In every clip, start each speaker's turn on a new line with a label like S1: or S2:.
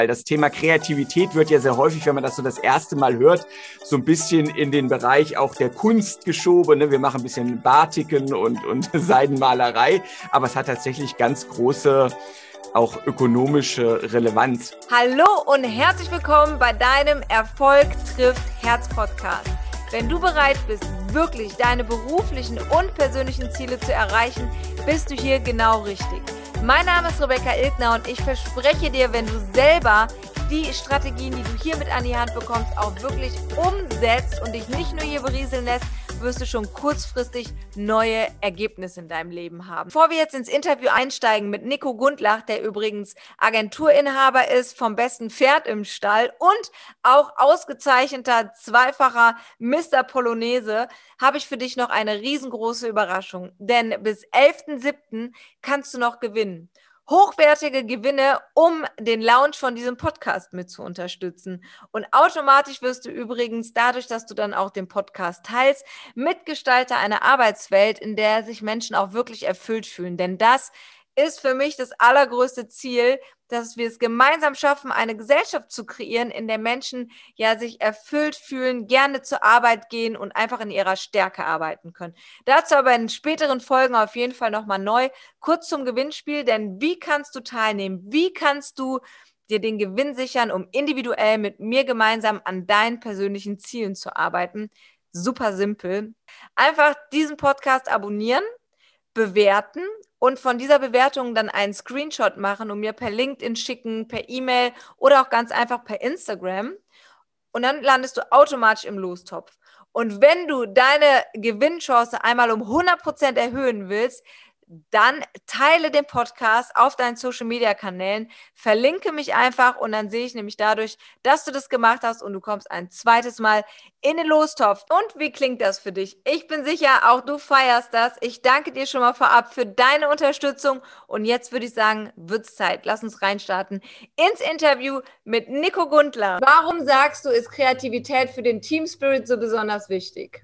S1: Das Thema Kreativität wird ja sehr häufig, wenn man das so das erste Mal hört, so ein bisschen in den Bereich auch der Kunst geschoben. Wir machen ein bisschen Batiken und Seidenmalerei, aber es hat tatsächlich ganz große auch ökonomische Relevanz.
S2: Hallo und herzlich willkommen bei deinem Erfolg trifft Herz Podcast. Wenn du bereit bist, wirklich deine beruflichen und persönlichen Ziele zu erreichen, bist du hier genau richtig. Mein Name ist Rebecca Ilgner und ich verspreche dir, wenn du selber die Strategien, die du hier mit an die Hand bekommst, auch wirklich umsetzt und dich nicht nur hier berieseln lässt, wirst du schon kurzfristig neue Ergebnisse in deinem Leben haben. Bevor wir jetzt ins Interview einsteigen mit Nico Gundlach, der übrigens Agenturinhaber ist, vom besten Pferd im Stall und auch ausgezeichneter zweifacher Mr. Polonaise, habe ich für dich noch eine riesengroße Überraschung. Denn bis 11.07. kannst du noch gewinnen. Hochwertige Gewinne, um den Launch von diesem Podcast mit zu unterstützen. Und automatisch wirst du übrigens, dadurch, dass du dann auch den Podcast teilst, Mitgestalter einer Arbeitswelt, in der sich Menschen auch wirklich erfüllt fühlen. Denn das ist für mich das allergrößte Ziel, dass wir es gemeinsam schaffen, eine Gesellschaft zu kreieren, in der Menschen ja sich erfüllt fühlen, gerne zur Arbeit gehen und einfach in ihrer Stärke arbeiten können. Dazu aber in späteren Folgen auf jeden Fall nochmal neu. Kurz zum Gewinnspiel, denn wie kannst du teilnehmen? Wie kannst du dir den Gewinn sichern, um individuell mit mir gemeinsam an deinen persönlichen Zielen zu arbeiten? Super simpel. Einfach diesen Podcast abonnieren, bewerten und von dieser Bewertung dann einen Screenshot machen und mir per LinkedIn schicken, per E-Mail oder auch ganz einfach per Instagram. Und dann landest du automatisch im Lostopf. Und wenn du deine Gewinnchance einmal um 100% erhöhen willst, dann teile den Podcast auf deinen Social-Media-Kanälen, verlinke mich einfach und dann sehe ich nämlich dadurch, dass du das gemacht hast und du kommst ein zweites Mal in den Lostopf. Und wie klingt das für dich? Ich bin sicher, auch du feierst das. Ich danke dir schon mal vorab für deine Unterstützung und jetzt würde ich sagen, wird's Zeit. Lass uns reinstarten ins Interview mit Nico Gundlach. Warum sagst du, ist Kreativität für den Team Spirit so besonders wichtig?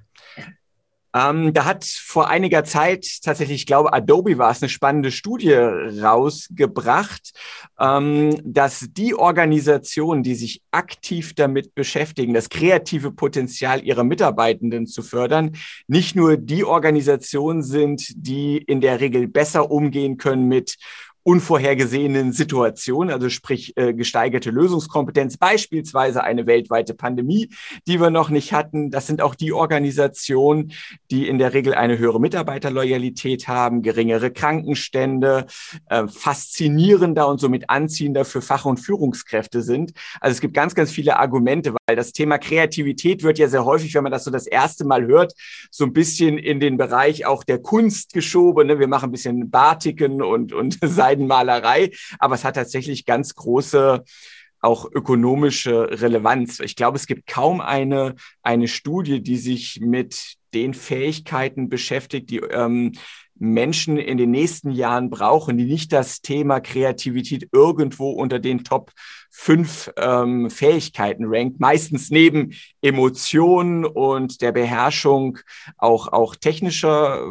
S1: Da hat vor einiger Zeit tatsächlich, ich glaube, Adobe war es, eine spannende Studie rausgebracht, dass die Organisationen, die sich aktiv damit beschäftigen, das kreative Potenzial ihrer Mitarbeitenden zu fördern, nicht nur die Organisationen sind, die in der Regel besser umgehen können mit unvorhergesehenen Situationen, also sprich gesteigerte Lösungskompetenz, beispielsweise eine weltweite Pandemie, die wir noch nicht hatten. Das sind auch die Organisationen, die in der Regel eine höhere Mitarbeiterloyalität haben, geringere Krankenstände, faszinierender und somit anziehender für Fach- und Führungskräfte sind. Also es gibt ganz, ganz viele Argumente, weil das Thema Kreativität wird ja sehr häufig, wenn man das so das erste Mal hört, so ein bisschen in den Bereich auch der Kunst geschoben. Wir machen ein bisschen Batiken und Seidenmalerei, aber es hat tatsächlich ganz große auch ökonomische Relevanz. Ich glaube, es gibt kaum eine Studie, die sich mit den Fähigkeiten beschäftigt, die Menschen in den nächsten Jahren brauchen, die nicht das Thema Kreativität irgendwo unter den Top 5 Fähigkeiten rankt, meistens neben Emotionen und der Beherrschung auch technischer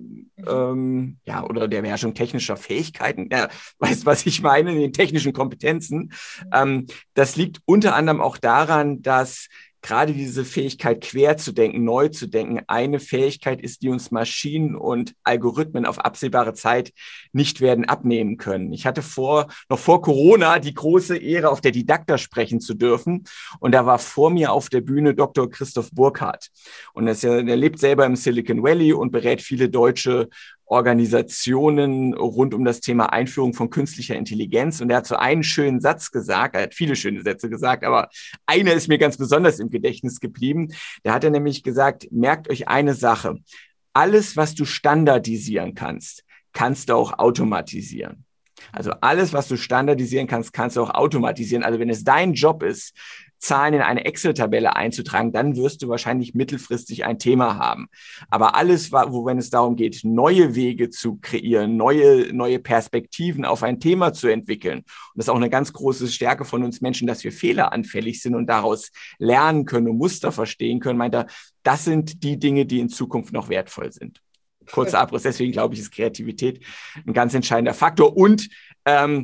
S1: oder der Beherrschung technischer Fähigkeiten, weißt, was ich meine, den technischen Kompetenzen. Das liegt unter anderem auch daran, dass gerade diese Fähigkeit, quer zu denken, neu zu denken, eine Fähigkeit ist, die uns Maschinen und Algorithmen auf absehbare Zeit nicht werden abnehmen können. Ich hatte noch vor Corona die große Ehre, auf der Didakta sprechen zu dürfen. Und da war vor mir auf der Bühne Dr. Christoph Burkhardt. Und der lebt selber im Silicon Valley und berät viele deutsche Organisationen rund um das Thema Einführung von künstlicher Intelligenz. Und er hat so einen schönen Satz gesagt, er hat viele schöne Sätze gesagt, aber einer ist mir ganz besonders im Gedächtnis geblieben. Da hat er nämlich gesagt, merkt euch eine Sache, alles, was du standardisieren kannst, kannst du auch automatisieren. Also alles, was du standardisieren kannst, kannst du auch automatisieren. Also wenn es dein Job ist, Zahlen in eine Excel-Tabelle einzutragen, dann wirst du wahrscheinlich mittelfristig ein Thema haben. Aber alles, wenn es darum geht, neue Wege zu kreieren, neue Perspektiven auf ein Thema zu entwickeln, und das ist auch eine ganz große Stärke von uns Menschen, dass wir fehleranfällig sind und daraus lernen können und Muster verstehen können, meint er, das sind die Dinge, die in Zukunft noch wertvoll sind. Kurzer Abriss, deswegen glaube ich, ist Kreativität ein ganz entscheidender Faktor und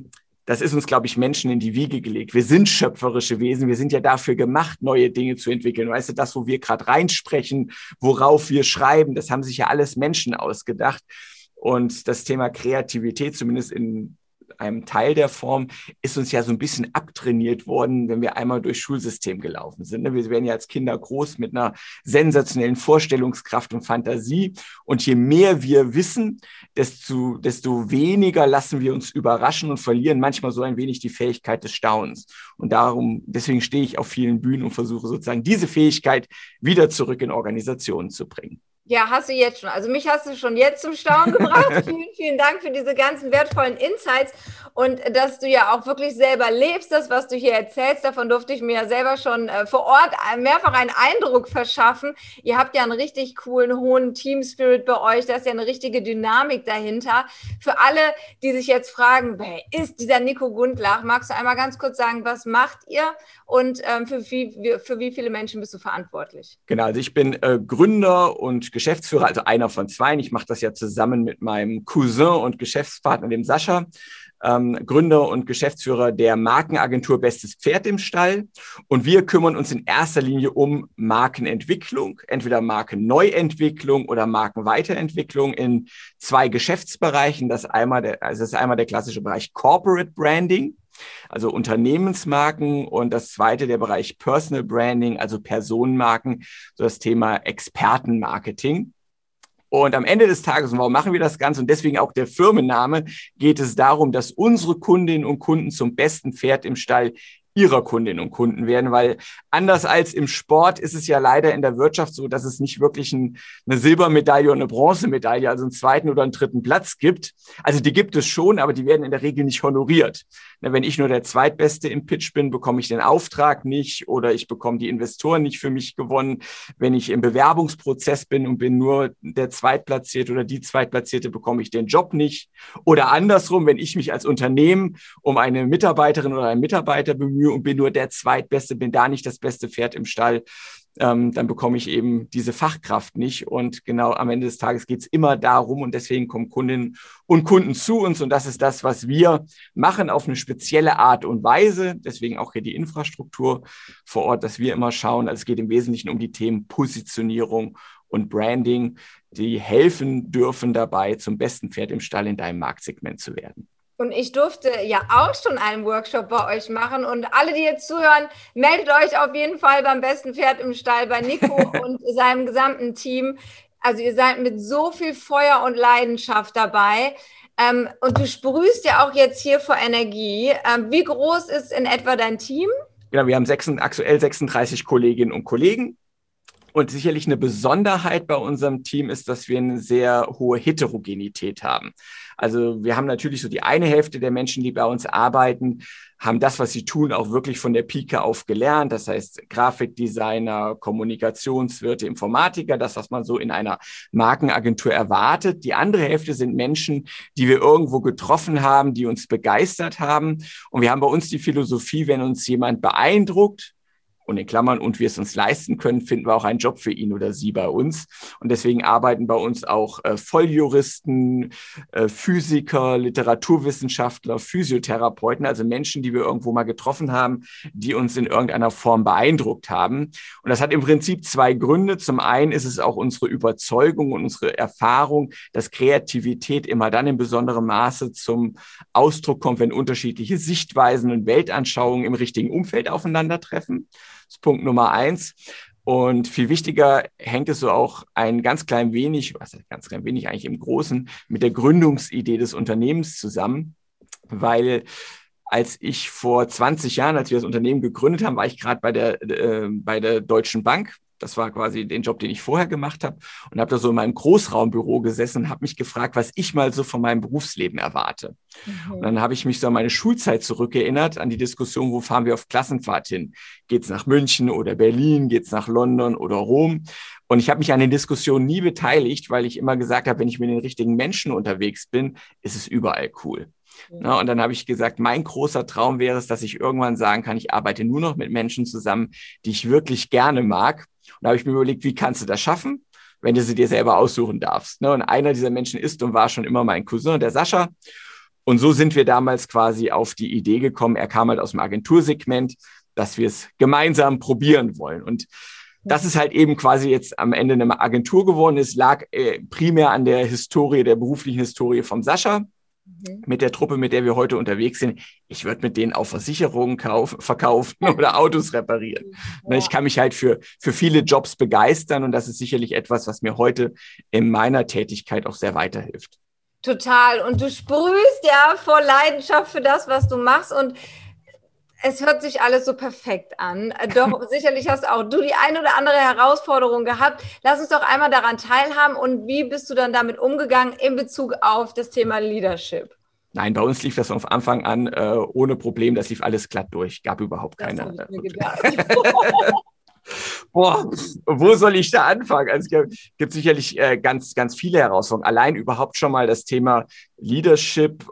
S1: das ist uns, glaube ich, Menschen in die Wiege gelegt. Wir sind schöpferische Wesen. Wir sind ja dafür gemacht, neue Dinge zu entwickeln. Weißt du, das, wo wir gerade reinsprechen, worauf wir schreiben, das haben sich ja alles Menschen ausgedacht. Und das Thema Kreativität, zumindest in einem Teil der Form, ist uns ja so ein bisschen abtrainiert worden, wenn wir einmal durchs Schulsystem gelaufen sind. Wir werden ja als Kinder groß mit einer sensationellen Vorstellungskraft und Fantasie. Und je mehr wir wissen, desto weniger lassen wir uns überraschen und verlieren manchmal so ein wenig die Fähigkeit des Staunens. Und deswegen stehe ich auf vielen Bühnen und versuche sozusagen diese Fähigkeit wieder zurück in Organisationen zu bringen.
S2: Ja, hast du jetzt schon. Also mich hast du schon jetzt zum Staunen gebracht. Vielen, vielen Dank für diese ganzen wertvollen Insights und dass du ja auch wirklich selber lebst. Das, was du hier erzählst, davon durfte ich mir ja selber schon vor Ort mehrfach einen Eindruck verschaffen. Ihr habt ja einen richtig coolen, hohen Team-Spirit bei euch. Da ist ja eine richtige Dynamik dahinter. Für alle, die sich jetzt fragen, wer ist dieser Nico Gundlach? Magst du einmal ganz kurz sagen, was macht ihr und für wie viele Menschen bist du verantwortlich?
S1: Genau, also ich bin Gründer und Geschäftsführer, also einer von zwei. Ich mache das ja zusammen mit meinem Cousin und Geschäftspartner, dem Sascha. Gründer und Geschäftsführer der Markenagentur Bestes Pferd im Stall. Und wir kümmern uns in erster Linie um Markenentwicklung, entweder Markenneuentwicklung oder Markenweiterentwicklung in zwei Geschäftsbereichen. Das ist einmal der klassische Bereich Corporate Branding, also Unternehmensmarken, und das zweite der Bereich Personal Branding, also Personenmarken, so das Thema Expertenmarketing. Und am Ende des Tages, und warum machen wir das Ganze, und deswegen auch der Firmenname, geht es darum, dass unsere Kundinnen und Kunden zum besten Pferd im Stall ihrer Kundinnen und Kunden werden, weil anders als im Sport ist es ja leider in der Wirtschaft so, dass es nicht wirklich eine Silbermedaille und eine Bronzemedaille, also einen zweiten oder einen dritten Platz gibt. Also die gibt es schon, aber die werden in der Regel nicht honoriert. Wenn ich nur der Zweitbeste im Pitch bin, bekomme ich den Auftrag nicht oder ich bekomme die Investoren nicht für mich gewonnen. Wenn ich im Bewerbungsprozess bin und bin nur der Zweitplatzierte oder die Zweitplatzierte, bekomme ich den Job nicht. Oder andersrum, wenn ich mich als Unternehmen um eine Mitarbeiterin oder einen Mitarbeiter bemühe und bin nur der Zweitbeste, bin da nicht das beste Pferd im Stall, dann bekomme ich eben diese Fachkraft nicht. Und genau am Ende des Tages geht es immer darum, und deswegen kommen Kundinnen und Kunden zu uns. Und das ist das, was wir machen, auf eine spezielle Art und Weise. Deswegen auch hier die Infrastruktur vor Ort, dass wir immer schauen. Also es geht im Wesentlichen um die Themen Positionierung und Branding, die helfen dürfen dabei, zum besten Pferd im Stall in deinem Marktsegment zu werden.
S2: Und ich durfte ja auch schon einen Workshop bei euch machen. Und alle, die jetzt zuhören, meldet euch auf jeden Fall beim besten Pferd im Stall bei Nico und seinem gesamten Team. Also ihr seid mit so viel Feuer und Leidenschaft dabei. Und du sprühst ja auch jetzt hier vor Energie. Wie groß ist in etwa dein Team?
S1: Genau, wir haben aktuell 36 Kolleginnen und Kollegen. Und sicherlich eine Besonderheit bei unserem Team ist, dass wir eine sehr hohe Heterogenität haben. Also wir haben natürlich so die eine Hälfte der Menschen, die bei uns arbeiten, haben das, was sie tun, auch wirklich von der Pike auf gelernt. Das heißt Grafikdesigner, Kommunikationswirte, Informatiker, das, was man so in einer Markenagentur erwartet. Die andere Hälfte sind Menschen, die wir irgendwo getroffen haben, die uns begeistert haben. Und wir haben bei uns die Philosophie, wenn uns jemand beeindruckt, und in Klammern, und wir es uns leisten können, finden wir auch einen Job für ihn oder sie bei uns. Und deswegen arbeiten bei uns auch Volljuristen, Physiker, Literaturwissenschaftler, Physiotherapeuten, also Menschen, die wir irgendwo mal getroffen haben, die uns in irgendeiner Form beeindruckt haben. Und das hat im Prinzip zwei Gründe. Zum einen ist es auch unsere Überzeugung und unsere Erfahrung, dass Kreativität immer dann in besonderem Maße zum Ausdruck kommt, wenn unterschiedliche Sichtweisen und Weltanschauungen im richtigen Umfeld aufeinandertreffen. Das ist Punkt Nummer 1. Und viel wichtiger hängt es so auch ein ganz klein wenig, eigentlich im Großen, mit der Gründungsidee des Unternehmens zusammen, weil als ich vor 20 Jahren, als wir das Unternehmen gegründet haben, war ich gerade bei der Deutschen Bank. Das war quasi den Job, den ich vorher gemacht habe, und habe da so in meinem Großraumbüro gesessen und habe mich gefragt, was ich mal so von meinem Berufsleben erwarte. Mhm. Und dann habe ich mich so an meine Schulzeit zurückerinnert, an die Diskussion, wo fahren wir auf Klassenfahrt hin? Geht's nach München oder Berlin? Geht's nach London oder Rom? Und ich habe mich an den Diskussionen nie beteiligt, weil ich immer gesagt habe, wenn ich mit den richtigen Menschen unterwegs bin, ist es überall cool. Ja, und dann habe ich gesagt, mein großer Traum wäre es, dass ich irgendwann sagen kann, ich arbeite nur noch mit Menschen zusammen, die ich wirklich gerne mag. Und da habe ich mir überlegt, wie kannst du das schaffen, wenn du sie dir selber aussuchen darfst? Und einer dieser Menschen ist und war schon immer mein Cousin, der Sascha. Und so sind wir damals quasi auf die Idee gekommen, er kam halt aus dem Agentursegment, dass wir es gemeinsam probieren wollen. Und dass es halt eben quasi jetzt am Ende eine Agentur geworden ist, lag primär an der Historie, der beruflichen Historie vom Sascha. Mit der Truppe, mit der wir heute unterwegs sind. Ich würde mit denen auch Versicherungen verkaufen oder Autos reparieren. Ja. Ich kann mich halt für viele Jobs begeistern und das ist sicherlich etwas, was mir heute in meiner Tätigkeit auch sehr weiterhilft.
S2: Total. Und du sprühst ja vor Leidenschaft für das, was du machst und es hört sich alles so perfekt an. Doch sicherlich hast auch du die eine oder andere Herausforderung gehabt. Lass uns doch einmal daran teilhaben und wie bist du dann damit umgegangen in Bezug auf das Thema Leadership?
S1: Nein, bei uns lief das von Anfang an ohne Problem. Das lief alles glatt durch. Gab überhaupt keine. Das mir gedacht. Boah, wo soll ich da anfangen? Also es gibt sicherlich ganz, ganz viele Herausforderungen. Allein überhaupt schon mal das Thema Leadership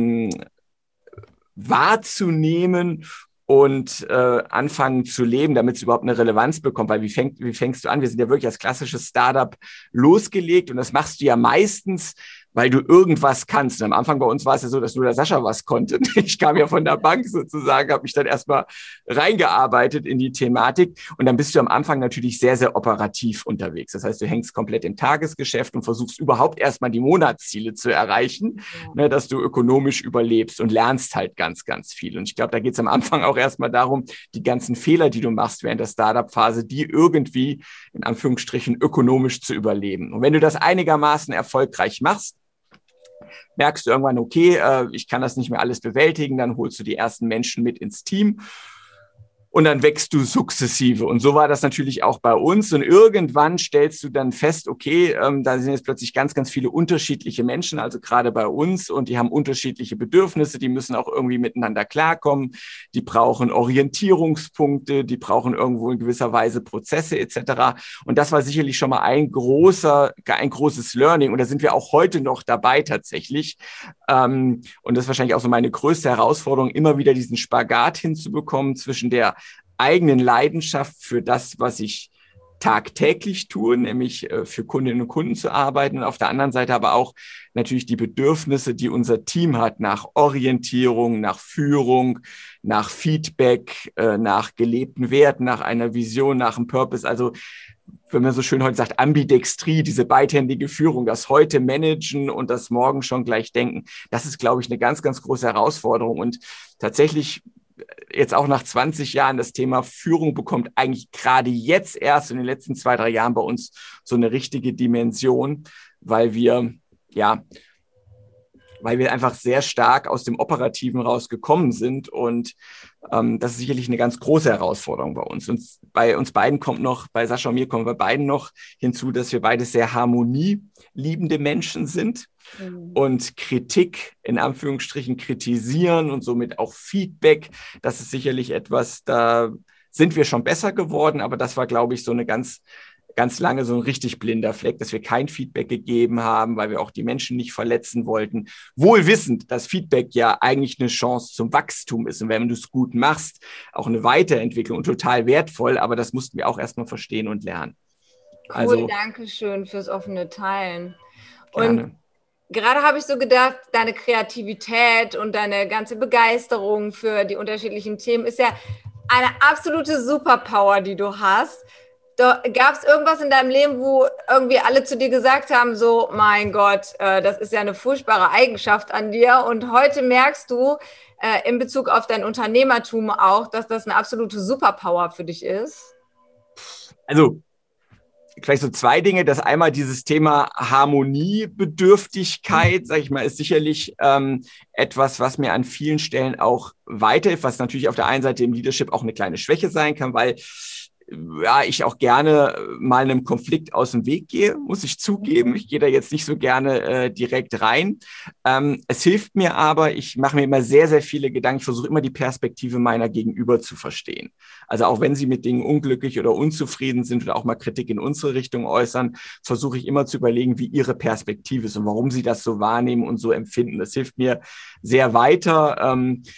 S1: wahrzunehmen und anfangen zu leben, damit es überhaupt eine Relevanz bekommt. Weil wie fängst du an? Wir sind ja wirklich als klassisches Startup losgelegt und das machst du ja meistens, weil du irgendwas kannst. Und am Anfang bei uns war es ja so, dass nur der Sascha was konnte. Ich kam ja von der Bank sozusagen, habe mich dann erstmal reingearbeitet in die Thematik. Und dann bist du am Anfang natürlich sehr, sehr operativ unterwegs. Das heißt, du hängst komplett im Tagesgeschäft und versuchst überhaupt erstmal die Monatsziele zu erreichen, ne, dass du ökonomisch überlebst und lernst halt ganz, ganz viel. Und ich glaube, da geht es am Anfang auch erstmal darum, die ganzen Fehler, die du machst während der Startup-Phase, die irgendwie in Anführungsstrichen ökonomisch zu überleben. Und wenn du das einigermaßen erfolgreich machst, merkst du irgendwann, okay, ich kann das nicht mehr alles bewältigen, dann holst du die ersten Menschen mit ins Team und dann wächst du sukzessive. Und so war das natürlich auch bei uns. Und irgendwann stellst du dann fest, okay, da sind jetzt plötzlich ganz, ganz viele unterschiedliche Menschen, also gerade bei uns, und die haben unterschiedliche Bedürfnisse, die müssen auch irgendwie miteinander klarkommen, die brauchen Orientierungspunkte, die brauchen irgendwo in gewisser Weise Prozesse etc. Und das war sicherlich schon mal ein großes Learning. Und da sind wir auch heute noch dabei tatsächlich. Und das ist wahrscheinlich auch so meine größte Herausforderung, immer wieder diesen Spagat hinzubekommen zwischen der eigenen Leidenschaft für das, was ich tagtäglich tue, nämlich für Kundinnen und Kunden zu arbeiten und auf der anderen Seite aber auch natürlich die Bedürfnisse, die unser Team hat, nach Orientierung, nach Führung, nach Feedback, nach gelebten Werten, nach einer Vision, nach einem Purpose. Also wenn man so schön heute sagt, Ambidextrie, diese beidhändige Führung, das heute managen und das morgen schon gleich denken, das ist, glaube ich, eine ganz, ganz große Herausforderung. Und tatsächlich jetzt auch nach 20 Jahren das Thema Führung bekommt eigentlich gerade jetzt erst in den letzten 2-3 Jahren bei uns so eine richtige Dimension, weil wir einfach sehr stark aus dem Operativen rausgekommen sind und das ist sicherlich eine ganz große Herausforderung bei uns. Und bei uns beiden bei Sascha und mir kommen wir beiden noch hinzu, dass wir beide sehr harmonieliebende Menschen sind. Und Kritik, in Anführungsstrichen kritisieren und somit auch Feedback, das ist sicherlich etwas, da sind wir schon besser geworden, aber das war, glaube ich, so eine ganz lange so ein richtig blinder Fleck, dass wir kein Feedback gegeben haben, weil wir auch die Menschen nicht verletzen wollten. Wohl wissend, dass Feedback ja eigentlich eine Chance zum Wachstum ist und wenn du es gut machst, auch eine Weiterentwicklung und total wertvoll, aber das mussten wir auch erstmal verstehen und lernen.
S2: Cool, danke schön fürs offene Teilen.
S1: Gerne.
S2: Und gerade habe ich so gedacht, deine Kreativität und deine ganze Begeisterung für die unterschiedlichen Themen ist ja eine absolute Superpower, die du hast. Gab es irgendwas in deinem Leben, wo irgendwie alle zu dir gesagt haben, so, mein Gott, das ist ja eine furchtbare Eigenschaft an dir und heute merkst du in Bezug auf dein Unternehmertum auch, dass das eine absolute Superpower für dich ist?
S1: Also, vielleicht so 2 Dinge. Das einmal dieses Thema Harmoniebedürftigkeit, sage ich mal, ist sicherlich etwas, was mir an vielen Stellen auch weiterhilft, was natürlich auf der einen Seite im Leadership auch eine kleine Schwäche sein kann, weil ich auch gerne mal einem Konflikt aus dem Weg gehe, muss ich zugeben. Ich gehe da jetzt nicht so gerne direkt rein. Es hilft mir aber, ich mache mir immer sehr, sehr viele Gedanken. Ich versuche immer die Perspektive meiner Gegenüber zu verstehen. Also auch wenn sie mit Dingen unglücklich oder unzufrieden sind oder auch mal Kritik in unsere Richtung äußern, versuche ich immer zu überlegen, wie ihre Perspektive ist und warum sie das so wahrnehmen und so empfinden. Das hilft mir sehr weiter.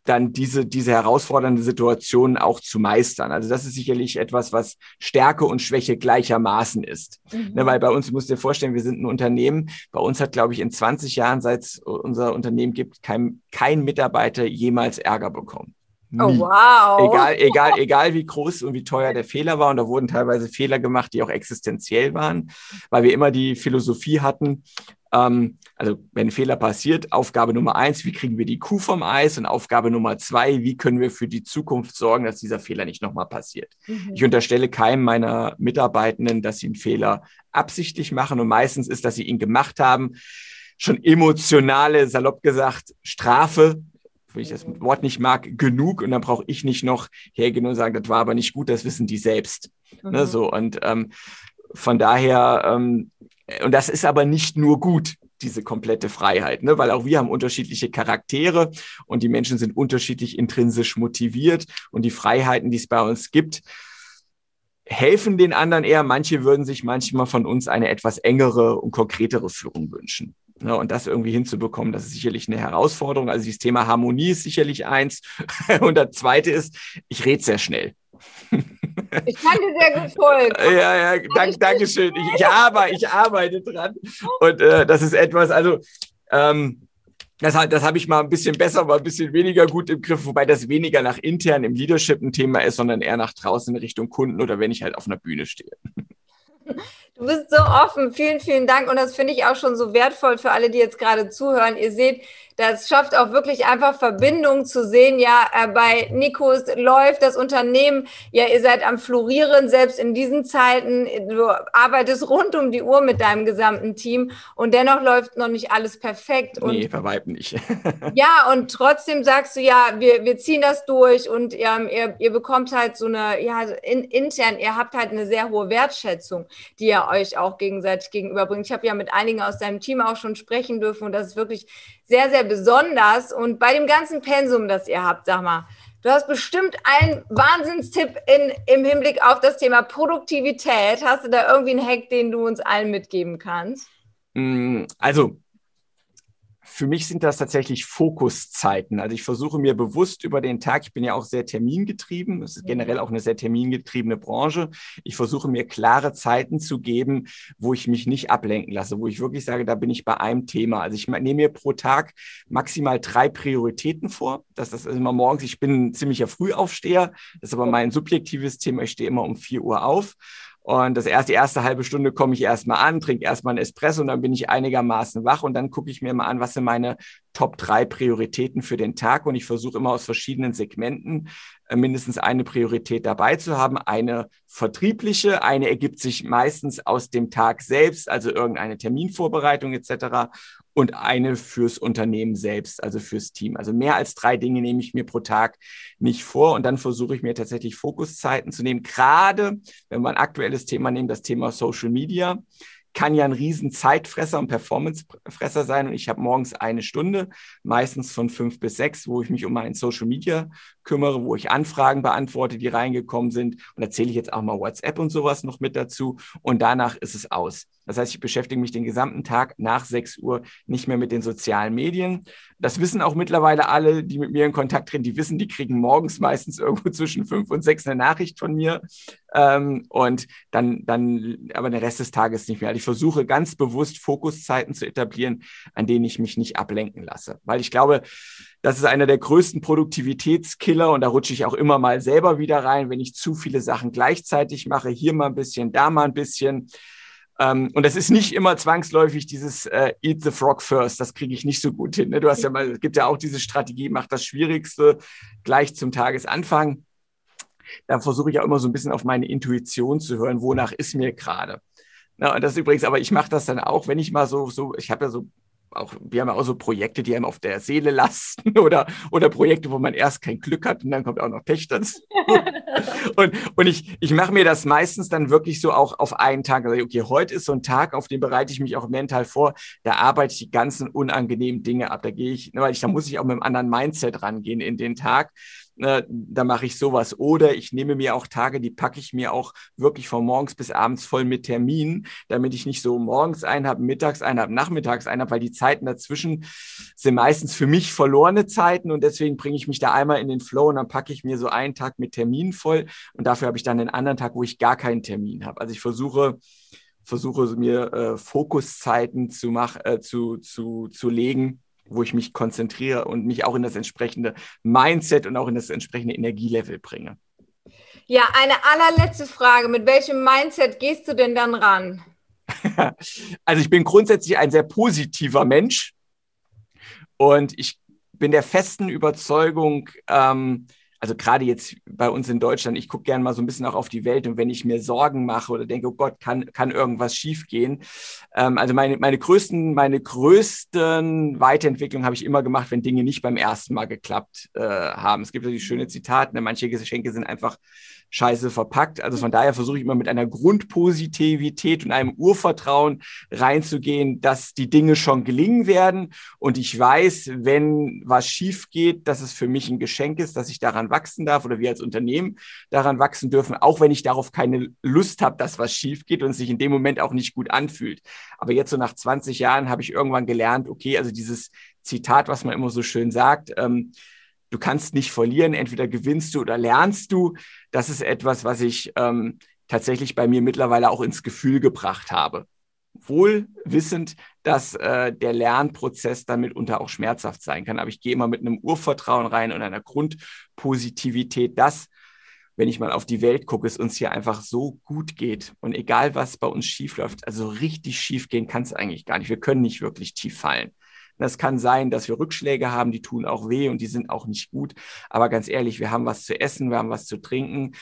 S1: dann diese herausfordernde Situation auch zu meistern. Also das ist sicherlich etwas, was Stärke und Schwäche gleichermaßen ist. Ne, weil bei uns, du musst dir vorstellen, wir sind ein Unternehmen, bei uns hat, glaube ich, in 20 Jahren, seit es unser Unternehmen gibt, kein Mitarbeiter jemals Ärger bekommen.
S2: Nie. Oh, wow.
S1: Egal wie groß und wie teuer der Fehler war. Und da wurden teilweise Fehler gemacht, die auch existenziell waren, weil wir immer die Philosophie hatten, also wenn ein Fehler passiert, Aufgabe Nummer 1, wie kriegen wir die Kuh vom Eis? Und Aufgabe Nummer 2, wie können wir für die Zukunft sorgen, dass dieser Fehler nicht nochmal passiert? Ich unterstelle keinem meiner Mitarbeitenden, dass sie einen Fehler absichtlich machen. Und meistens ist, dass sie ihn gemacht haben, schon emotionale, salopp gesagt, Strafe, wenn ich das Wort nicht mag, genug. Und dann brauche ich nicht noch hergehen und sagen, das war aber nicht gut, das wissen die selbst. Ne, so. Und von daher, und das ist aber nicht nur gut, diese komplette Freiheit, ne? Weil auch wir haben unterschiedliche Charaktere und die Menschen sind unterschiedlich intrinsisch motiviert und die Freiheiten, die es bei uns gibt, helfen den anderen eher. Manche würden sich manchmal von uns eine etwas engere und konkretere Führung wünschen. Ne? Und das irgendwie hinzubekommen, das ist sicherlich eine Herausforderung. Also dieses Thema Harmonie ist sicherlich eins. Und das Zweite ist, ich rede sehr schnell.
S2: Ich kann dir sehr gut folgen.
S1: Ja, danke schön. Ich arbeite dran. Und das ist etwas, also das habe ich mal ein bisschen besser, mal ein bisschen weniger gut im Griff, wobei das weniger nach intern im Leadership ein Thema ist, sondern eher nach draußen in Richtung Kunden oder wenn ich halt auf einer Bühne stehe.
S2: Du bist so offen. Vielen, vielen Dank. Und das finde ich auch schon so wertvoll für alle, die jetzt gerade zuhören. Ihr seht, das schafft auch wirklich einfach Verbindungen zu sehen. Ja, bei Nikos läuft das Unternehmen. Ja, ihr seid am Florieren, selbst in diesen Zeiten. Du arbeitest rund um die Uhr mit deinem gesamten Team. Und dennoch läuft noch nicht alles perfekt.
S1: Nee, bei Weitem nicht.
S2: Ja, und trotzdem sagst du, ja, wir ziehen das durch. Und ihr bekommt halt so eine, ja, intern, ihr habt halt eine sehr hohe Wertschätzung, die ihr euch auch gegenseitig gegenüberbringt. Ich habe ja mit einigen aus deinem Team auch schon sprechen dürfen und das ist wirklich sehr, sehr besonders. Und bei dem ganzen Pensum, das ihr habt, sag mal, du hast bestimmt einen Wahnsinnstipp im Hinblick auf das Thema Produktivität. Hast du da irgendwie einen Hack, den du uns allen mitgeben kannst?
S1: Also, für mich sind das tatsächlich Fokuszeiten. Also ich versuche mir bewusst über den Tag, ich bin ja auch sehr termingetrieben, es ist generell auch eine sehr termingetriebene Branche, ich versuche mir klare Zeiten zu geben, wo ich mich nicht ablenken lasse, wo ich wirklich sage, da bin ich bei einem Thema. Also ich nehme mir pro Tag maximal 3 Prioritäten vor. Das ist immer morgens, ich bin ein ziemlicher Frühaufsteher, das ist aber mein subjektives Thema, ich stehe immer um 4 Uhr auf. Und die erste halbe Stunde komme ich erstmal an, trinke erstmal einen Espresso und dann bin ich einigermaßen wach und dann gucke ich mir mal an, was sind meine Top 3 Prioritäten für den Tag und ich versuche immer aus verschiedenen Segmenten mindestens eine Priorität dabei zu haben. Eine vertriebliche, eine ergibt sich meistens aus dem Tag selbst, also irgendeine Terminvorbereitung etc. und eine fürs Unternehmen selbst, also fürs Team. Also mehr als 3 Dinge nehme ich mir pro Tag nicht vor und dann versuche ich mir tatsächlich Fokuszeiten zu nehmen. Gerade wenn wir ein aktuelles Thema nehmen, das Thema Social Media, kann ja ein riesen Zeitfresser und Performancefresser sein. Und ich habe morgens 1 Stunde, meistens von 5 bis 6, wo ich mich um mein Social Media kümmere, wo ich Anfragen beantworte, die reingekommen sind. Und da zähle ich jetzt auch mal WhatsApp und sowas noch mit dazu. Und danach ist es aus. Das heißt, ich beschäftige mich den gesamten Tag nach 6 Uhr nicht mehr mit den sozialen Medien. Das wissen auch mittlerweile alle, die mit mir in Kontakt treten. Die wissen, die kriegen morgens meistens irgendwo zwischen 5 und 6 eine Nachricht von mir. Und dann aber den Rest des Tages nicht mehr. Also ich versuche ganz bewusst Fokuszeiten zu etablieren, an denen ich mich nicht ablenken lasse. Weil ich glaube, das ist einer der größten Produktivitätskiller und da rutsche ich auch immer mal selber wieder rein, wenn ich zu viele Sachen gleichzeitig mache. Hier mal ein bisschen, da mal ein bisschen. Und das ist nicht immer zwangsläufig dieses Eat the Frog first, das kriege ich nicht so gut hin. Ne? Du hast ja mal, es gibt ja auch diese Strategie, mach das Schwierigste gleich zum Tagesanfang. Da versuche ich auch immer so ein bisschen auf meine Intuition zu hören, wonach ist mir gerade. Na, und das ist übrigens, aber ich mache das dann auch, wenn ich mal so, ich habe ja so auch, wir haben ja auch so Projekte, die einem auf der Seele lasten oder Projekte, wo man erst kein Glück hat und dann kommt auch noch Pech dazu. und ich mache mir das meistens dann wirklich so auch auf einen Tag. Also, okay, heute ist so ein Tag, auf den bereite ich mich auch mental vor. Da arbeite ich die ganzen unangenehmen Dinge ab. Da gehe ich, weil da muss ich auch mit einem anderen Mindset rangehen in den Tag. da mache ich sowas. Oder ich nehme mir auch Tage, die packe ich mir auch wirklich von morgens bis abends voll mit Terminen, damit ich nicht so morgens einen habe, mittags einen habe, nachmittags einen habe, weil die Zeiten dazwischen sind meistens für mich verlorene Zeiten und deswegen bringe ich mich da einmal in den Flow und dann packe ich mir so einen Tag mit Terminen voll und dafür habe ich dann den anderen Tag, wo ich gar keinen Termin habe. Also ich versuche mir Fokuszeiten zu legen, wo ich mich konzentriere und mich auch in das entsprechende Mindset und auch in das entsprechende Energielevel bringe.
S2: Ja, eine allerletzte Frage. Mit welchem Mindset gehst du denn dann ran?
S1: Also ich bin grundsätzlich ein sehr positiver Mensch und ich bin der festen Überzeugung, also gerade jetzt bei uns in Deutschland, ich gucke gerne mal so ein bisschen auch auf die Welt und wenn ich mir Sorgen mache oder denke, oh Gott, kann irgendwas schiefgehen. Also meine größten Weiterentwicklungen habe ich immer gemacht, wenn Dinge nicht beim ersten Mal geklappt haben. Es gibt ja die schöne Zitate, manche Geschenke sind einfach scheiße verpackt. Also von daher versuche ich immer mit einer Grundpositivität und einem Urvertrauen reinzugehen, dass die Dinge schon gelingen werden. Und ich weiß, wenn was schief geht, dass es für mich ein Geschenk ist, dass ich daran wachsen darf oder wir als Unternehmen daran wachsen dürfen, auch wenn ich darauf keine Lust habe, dass was schief geht und es sich in dem Moment auch nicht gut anfühlt. Aber jetzt so nach 20 Jahren habe ich irgendwann gelernt, okay, also dieses Zitat, was man immer so schön sagt, du kannst nicht verlieren, entweder gewinnst du oder lernst du. Das ist etwas, was ich tatsächlich bei mir mittlerweile auch ins Gefühl gebracht habe. Wohl wissend, dass der Lernprozess dann mitunter auch schmerzhaft sein kann. Aber ich gehe immer mit einem Urvertrauen rein und einer Grundpositivität, dass, wenn ich mal auf die Welt gucke, es uns hier einfach so gut geht. Und egal, was bei uns schief läuft, also richtig schief gehen kann es eigentlich gar nicht. Wir können nicht wirklich tief fallen. Das kann sein, dass wir Rückschläge haben, die tun auch weh und die sind auch nicht gut. Aber ganz ehrlich, wir haben was zu essen, wir haben was zu trinken.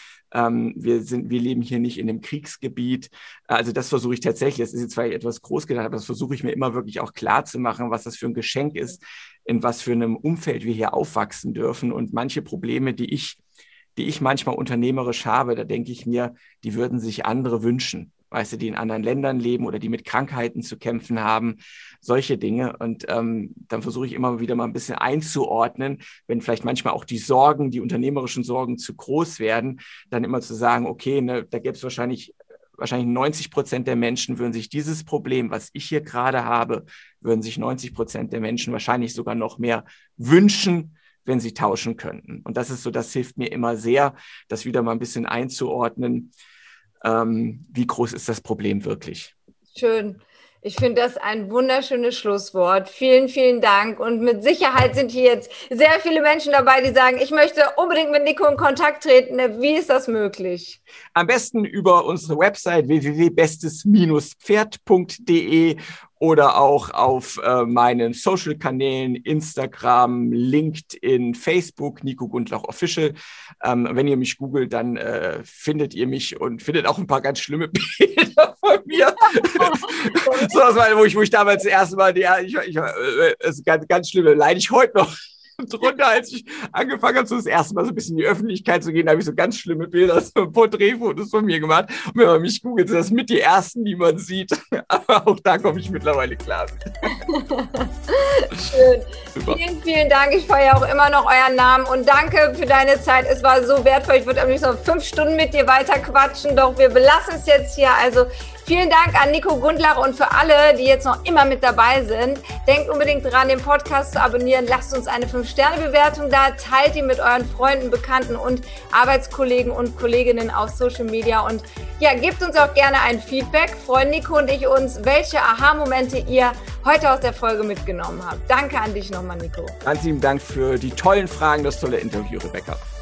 S1: Wir leben hier nicht in einem Kriegsgebiet. Also das versuche ich tatsächlich, das ist jetzt vielleicht etwas groß gedacht, aber das versuche ich mir immer wirklich auch klar zu machen, was das für ein Geschenk ist, in was für einem Umfeld wir hier aufwachsen dürfen. Und manche Probleme, die ich manchmal unternehmerisch habe, da denke ich mir, die würden sich andere wünschen. Weißt du, die in anderen Ländern leben oder die mit Krankheiten zu kämpfen haben, solche Dinge. Und dann versuche ich immer wieder mal ein bisschen einzuordnen, wenn vielleicht manchmal auch die unternehmerischen Sorgen zu groß werden, dann immer zu sagen, okay, ne, da gäbe es wahrscheinlich 90% der Menschen würden sich dieses Problem, was ich hier gerade habe, würden sich 90% der Menschen wahrscheinlich sogar noch mehr wünschen, wenn sie tauschen könnten. Und das ist so, das hilft mir immer sehr, das wieder mal ein bisschen einzuordnen. Wie groß ist das Problem wirklich?
S2: Schön. Ich finde das ein wunderschönes Schlusswort. Vielen, vielen Dank. Und mit Sicherheit sind hier jetzt sehr viele Menschen dabei, die sagen, ich möchte unbedingt mit Nico in Kontakt treten. Wie ist das möglich?
S1: Am besten über unsere Website www.bestes-pferd.de oder auch auf meinen Social-Kanälen, Instagram, LinkedIn, Facebook, Nico Gundlach Official. Wenn ihr mich googelt, dann findet ihr mich und findet auch ein paar ganz schlimme Bilder von mir. So, das war, wo ich damals das erste Mal, es ist ganz schlimm, leide ich heute noch drunter, als ich angefangen habe, so das erste Mal so ein bisschen in die Öffentlichkeit zu gehen, da habe ich so ganz schlimme Bilder, so Porträtfotos von mir gemacht. Und wenn man mich googelt, sind das mit die ersten, die man sieht. Aber auch da komme ich mittlerweile klar.
S2: Schön. Super. Vielen, vielen Dank. Ich feiere auch immer noch euren Namen und danke für deine Zeit. Es war so wertvoll. Ich würde am liebsten noch 5 Stunden mit dir weiter quatschen, doch wir belassen es jetzt hier. Also vielen Dank an Nico Gundlach und für alle, die jetzt noch immer mit dabei sind. Denkt unbedingt dran, den Podcast zu abonnieren. Lasst uns eine 5-Sterne-Bewertung da. Teilt ihn mit euren Freunden, Bekannten und Arbeitskollegen und Kolleginnen auf Social Media. Und ja, gebt uns auch gerne ein Feedback. Freuen Nico und ich uns, welche Aha-Momente ihr heute aus der Folge mitgenommen habt. Danke an dich nochmal, Nico.
S1: Ganz lieben Dank für die tollen Fragen, das tolle Interview, Rebecca.